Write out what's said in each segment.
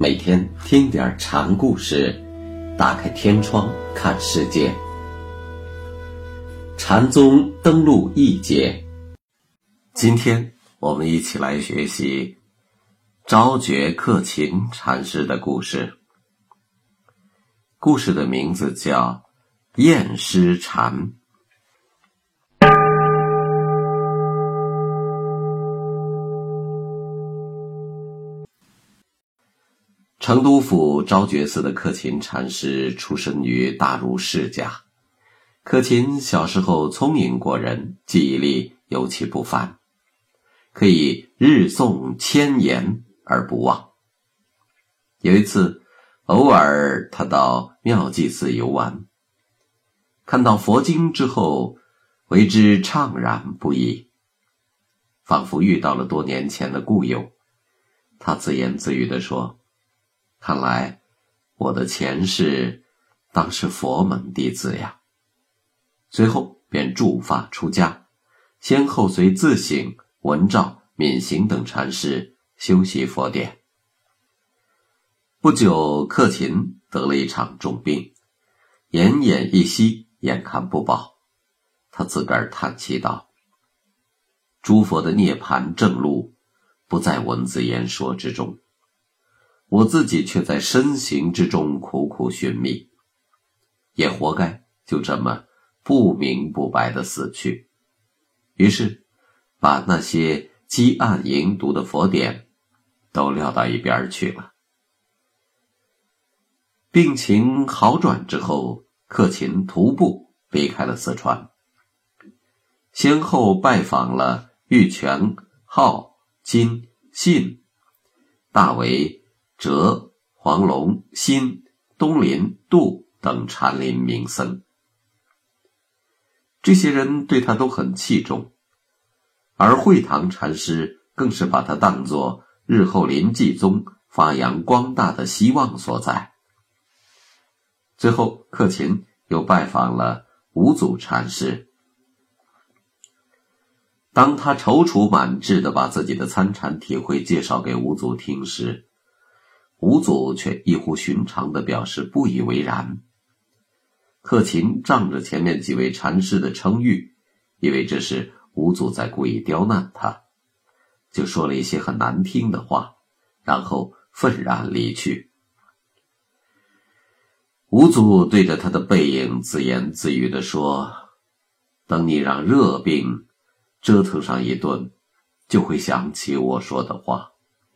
每天听点禅故事，打开天窗看世界。禅宗登陆一节，今天我们一起来学习昭觉克勤禅师的故事。故事的名字叫厌师禅。成都府昭觉寺的克勤禅师出身于大儒世家。克勤小时候聪颖过人，记忆力尤其不凡，可以日诵千言而不忘。有一次，偶尔他到妙济寺游玩，看到佛经之后，为之怅然不已，仿佛遇到了多年前的故友。他自言自语地说，看来我的前世当是佛门弟子呀。随后便驻法出家，先后随自省、文照、敏行等禅师修习佛典。不久，克勤得了一场重病，奄奄一息，眼看不保。他自个儿叹气道，诸佛的涅槃正路不在文字言说之中，我自己却在身行之中苦苦寻觅，也活该就这么不明不白地死去。于是把那些积案营读的佛典都撂到一边去了。病情好转之后，克勤徒步离开了四川，先后拜访了玉泉、浩、金、信、大为、哲、黄龙、辛、东林、杜等禅林名僧。这些人对他都很器重，而慧堂禅师更是把他当作日后临济宗发扬光大的希望所在。最后，克勤又拜访了五祖禅师。当他踌躇满志地把自己的参禅体会介绍给五祖听时，五祖却异乎寻常地表示不以为然。克勤仗着前面几位禅师的称誉，以为这是五祖在故意刁难他，就说了一些很难听的话，然后愤然离去。五祖对着他的背影自言自语地说，等你让热病折腾上一顿，就会想起我说的话。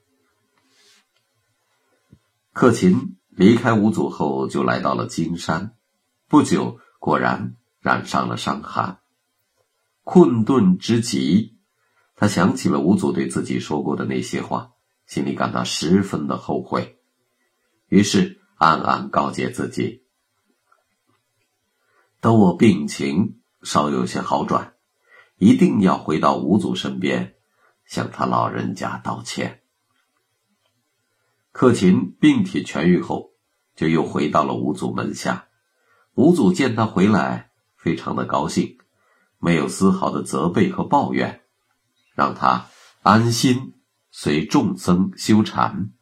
克勤离开五祖后就来到了金山，不久果然染上了伤寒。困顿之极，他想起了五祖对自己说过的那些话，心里感到十分的后悔，于是暗暗告诫自己，等我病情稍有些好转，一定要回到五祖身边，向他老人家道歉。克勤病体痊愈后，就又回到了五祖门下。五祖见他回来，非常的高兴，没有丝毫的责备和抱怨，让他安心随众僧修禅。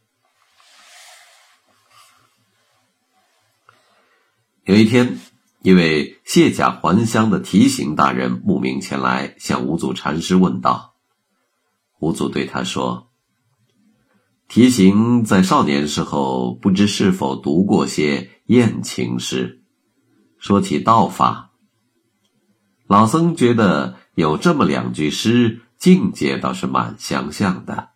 有一天，一位卸甲还乡的提刑大人慕名前来向五祖禅师问道。五祖对他说，提刑在少年时候不知是否读过些艳情诗，说起道法，老僧觉得有这么两句诗，境界倒是蛮相像的。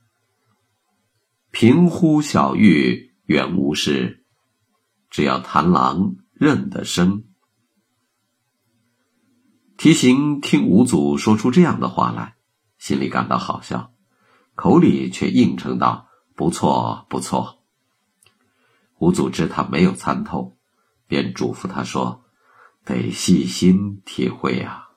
平呼小玉原无事，只要弹郎认得声。提刑听五祖说出这样的话来，心里感到好笑，口里却应承道，不错不错。五祖知他没有参透，便嘱咐他说，得细心体会啊。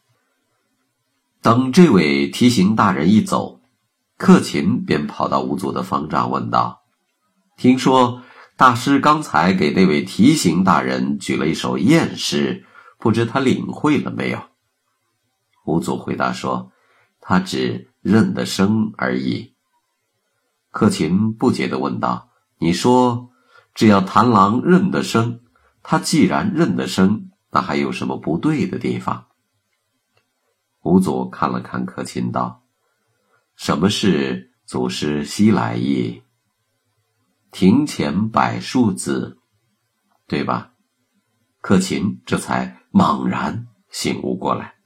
等这位提刑大人一走，克勤便跑到五祖的方丈问道，听说大师刚才给那位提刑大人举了一首艳诗，不知他领会了没有？五祖回答说，他只认得声而已。克勤不解地问道， 你说只要螳螂认得生，他既然认得生，那还有什么不对的地方？吴祖看了看克勤道：什么是祖师西来意？庭前柏树子，对吧？克勤这才猛然醒悟过来。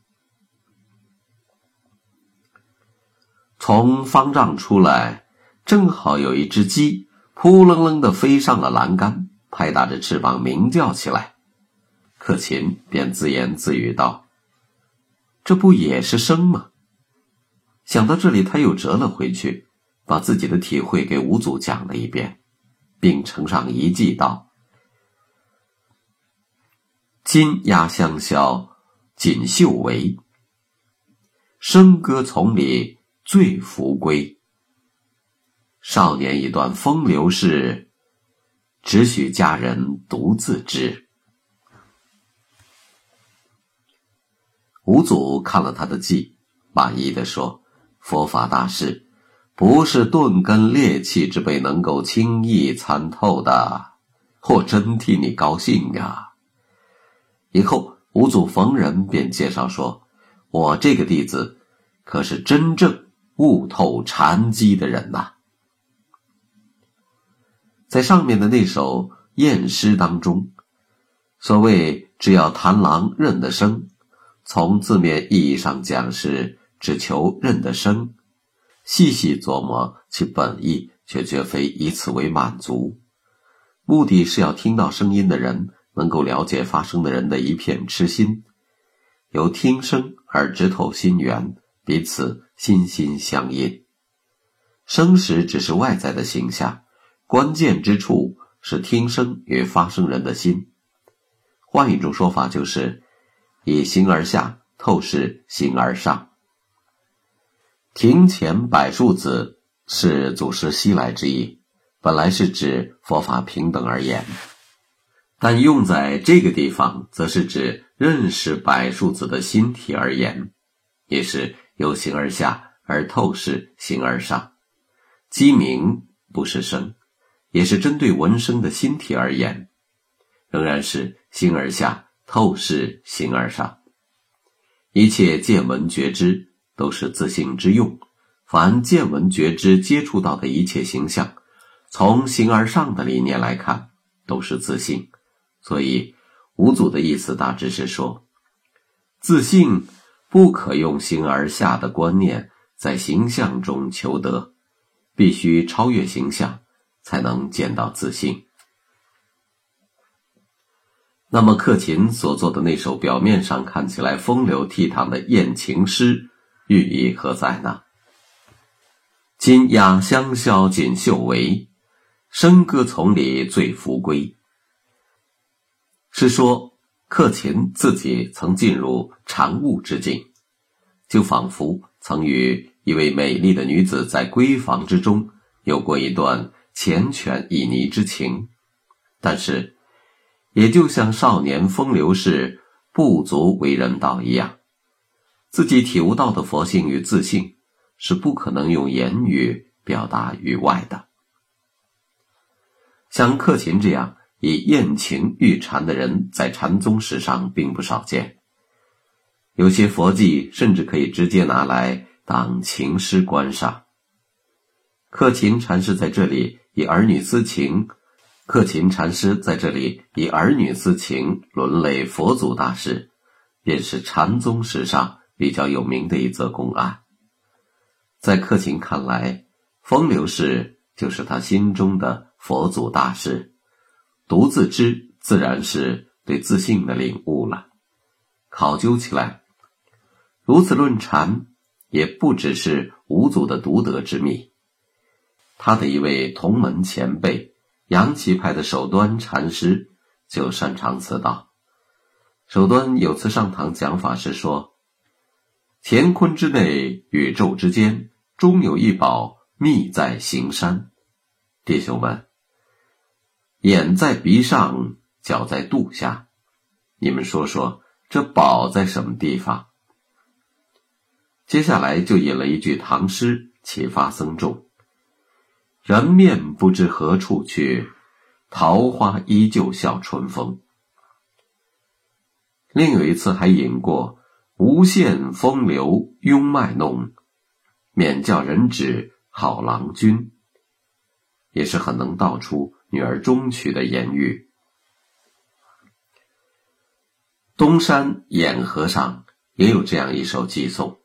从方丈出来，正好有一只鸡扑棱棱地飞上了栏杆，拍打着翅膀鸣叫起来。克勤便自言自语道：这不也是生吗？想到这里，他又折了回去，把自己的体会给吴祖讲了一遍，并呈上一计道：金鸦香消锦绣围，笙歌丛里醉扶归。少年一段风流事，只许佳人独自知。吴祖看了他的计，满意地说：佛法大事，不是钝根劣气之辈能够轻易参透的，我真替你高兴呀。以后吴祖逢人便介绍说：我这个弟子可是真正悟透禅机的人呐。在上面的那首燕诗当中，所谓只要螳螂认得生，从字面意义上讲是只求认得生，细细琢磨其本意，却绝非以此为满足，目的是要听到声音的人能够了解发声的人的一片痴心，由听声而直透心源，彼此心心相印。声时只是外在的形象，关键之处是听声与发声人的心。换一种说法就是以形而下透视形而上。庭前柏树子是祖师西来之意，本来是指佛法平等而言，但用在这个地方则是指认识柏树子的心体而言，也是由形而下而透视形而上。鸡鸣不是声，也是针对闻声的心体而言，仍然是形而下透视形而上。一切见闻觉知都是自性之用，凡见闻觉知接触到的一切形象，从形而上的理念来看都是自性。所以吴祖的意思大致是说，自性不可用形而下的观念在形象中求得，必须超越形象才能见到自性。那么克勤所做的那首表面上看起来风流倜傥的艳情诗，寓意何在呢？金鸦香消锦绣围，笙歌丛里醉扶归。是说克勤自己曾进入禅悟之境，就仿佛曾与一位美丽的女子在闺房之中有过一段缱绻旖旎之情，但是也就像少年风流事不足为人道一样，自己体悟到的佛性与自性是不可能用言语表达于外的。像克勤这样以艳情喻禅的人在禅宗史上并不少见，有些佛迹甚至可以直接拿来当情诗观赏。克勤禅师在这里以儿女私情沦累佛祖大事，便是禅宗史上比较有名的一则公案。在克勤看来，风流事就是他心中的佛祖大事，独自知自然是对自性的领悟了。考究起来，如此论禅也不只是吴祖的独得之秘。他的一位同门前辈杨岐派的首端禅师就擅长此道。首端有次上堂讲法是说，乾坤之内，宇宙之间，终有一宝秘在形山。弟兄们，眼在鼻上，脚在肚下，你们说说这宝在什么地方？接下来就引了一句唐诗启发僧众： 人面不知何处去，桃花依旧笑春风。另有一次还引过无限风流拥卖弄，免教人指好郎君，也是很能道出女儿中曲的言语。东山偃河上也有这样一首寄颂：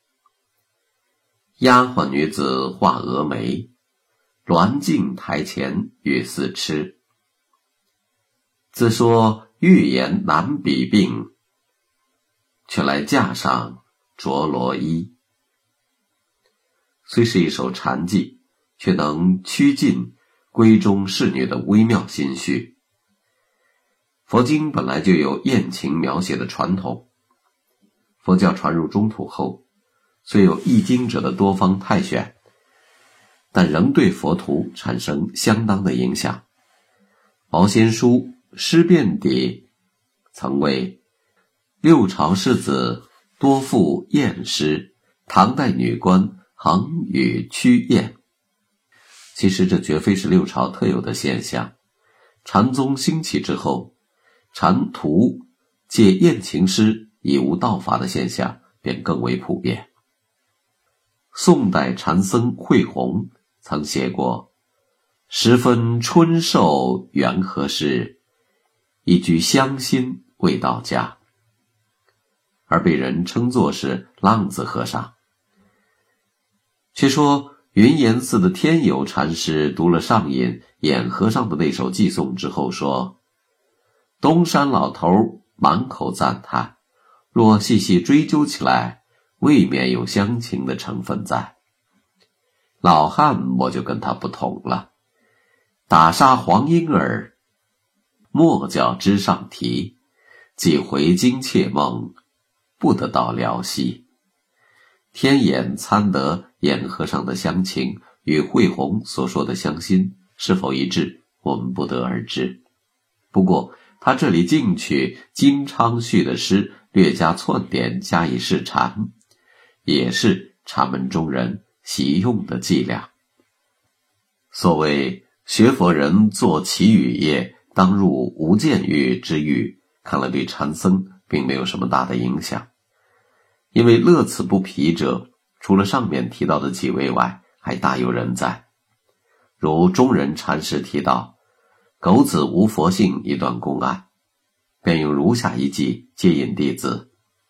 丫鬟女子画蛾眉，鸾镜台前月似痴。自说玉颜难比并，却来架上着罗衣。虽是一首禅偈，却能趋近闺中侍女的微妙心绪。佛经本来就有艳情描写的传统，佛教传入中土后，虽有译经者的多方泰选，但仍对佛徒产生相当的影响。毛先书诗辩底曾为六朝士子多赋艳诗，唐代女官行语趋艳。其实这绝非是六朝特有的现象，禅宗兴起之后，禅徒借艳情诗以无道法的现象便更为普遍。宋代禅僧慧弘曾写过十分春寿缘何事，一居乡心未到家，而被人称作是浪子和尚。却说云岩寺的天友禅师读了上引偃和尚的那首寄颂之后说，东山老头满口赞叹，若细细追究起来，未免有乡情的成分在。老汉我就跟他不同了，打杀黄莺儿，莫教枝上啼，既回京切梦，不得到辽西。天眼参得偃和尚的乡情与慧弘所说的乡心是否一致，我们不得而知。不过他这里竟取金昌绪的诗略加篡点加以示禅，也是禅门中人习用的伎俩。所谓学佛人做祈雨业，当入无间狱之狱，看来对禅僧并没有什么大的影响。因为乐此不疲者，除了上面提到的几位外，还大有人在。如中人禅师提到狗子无佛性一段公案，便用如下一偈接引弟子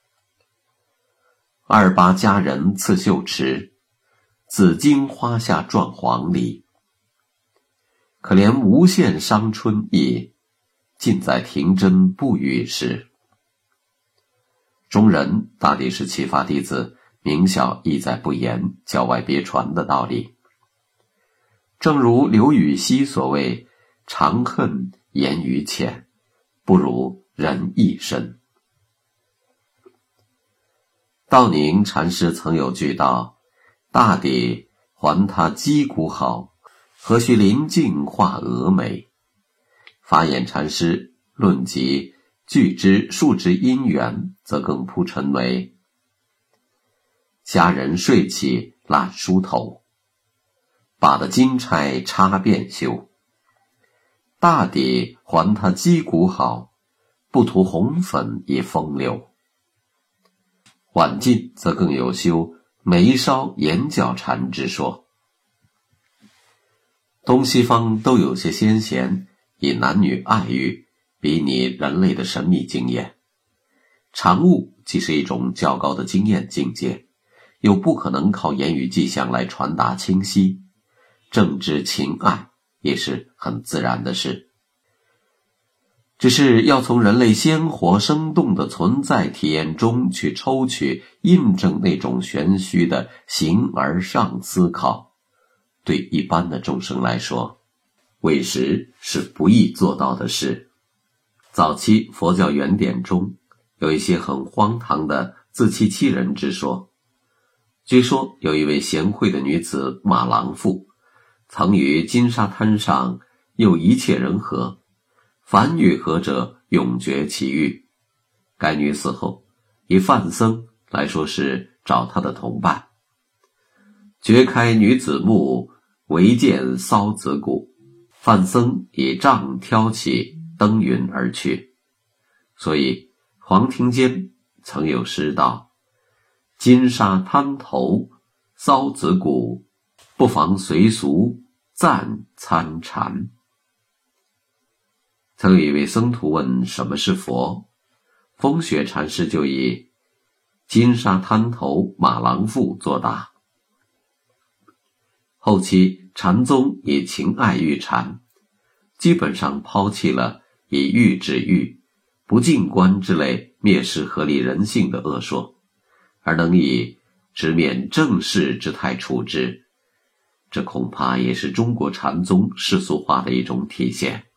：28佳人刺绣池，紫荆花下撞黄鹂。可怜无限伤春意，尽在庭真不语时。中人大抵是启发弟子明晓意在不言，教外别传的道理。正如刘禹锡所谓，长恨言语浅，不如人意深。道宁禅师曾有句道：大抵还他击鼓好，何须临镜画蛾眉。法眼禅师论及句之数之因缘，则更铺陈为：佳人睡起懒梳头，把的金钗插便修。大抵还他击鼓好，不涂红粉也风流。晚近则更有修眉梢眼角禅之说。东西方都有些先贤以男女爱欲比拟人类的神秘经验。禅悟既是一种较高的经验境界，又不可能靠言语迹象来传达清晰，正知情爱也是很自然的事。只是要从人类鲜活生动的存在体验中去抽取印证那种玄虚的形而上思考，对一般的众生来说，委实是不易做到的事。早期佛教原典中有一些很荒唐的自欺欺人之说。据说有一位贤惠的女子马郎妇，曾于金沙滩上诱一切人河，凡遇河者永绝其欲。该女死后，以梵僧来说是找她的同伴，掘开女子墓， 唯见骚子谷，范僧以杖挑起，登云而去。所以黄庭坚曾有诗道：金沙滩头骚子谷，不妨随俗赞参禅。曾有一位僧徒问什么是佛，风雪禅师就以金沙滩头马郎赋作答。后期禅宗以情爱喻禅，基本上抛弃了以欲治欲、不净观之类蔑视合理人性的恶说，而能以直面正视之态处之，这恐怕也是中国禅宗世俗化的一种体现。